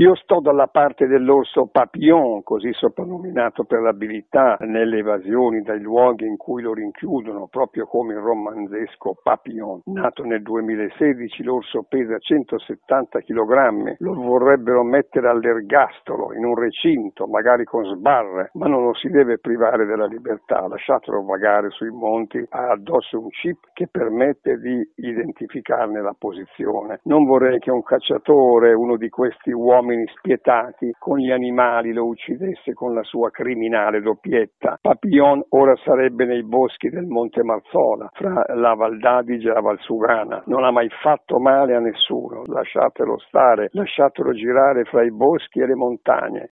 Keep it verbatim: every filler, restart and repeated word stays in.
Io sto dalla parte dell'orso Papillon, così soprannominato per l'abilità nelle evasioni dai luoghi in cui lo rinchiudono, proprio come il romanzesco Papillon. Nato nel duemilasedici, l'orso pesa centosettanta chilogrammi, lo vorrebbero mettere all'ergastolo, in un recinto, magari con sbarre, ma non lo si deve privare della libertà, lasciatelo vagare sui monti, ha addosso un chip che permette di identificarne la posizione. Non vorrei che un cacciatore, uno di questi uomini spietati, con gli animali lo uccidesse con la sua criminale doppietta. Papillon ora sarebbe nei boschi del Monte Marzola, fra la Val d'Adige e la Val Sugana. Non ha mai fatto male a nessuno, lasciatelo stare, lasciatelo girare fra i boschi e le montagne.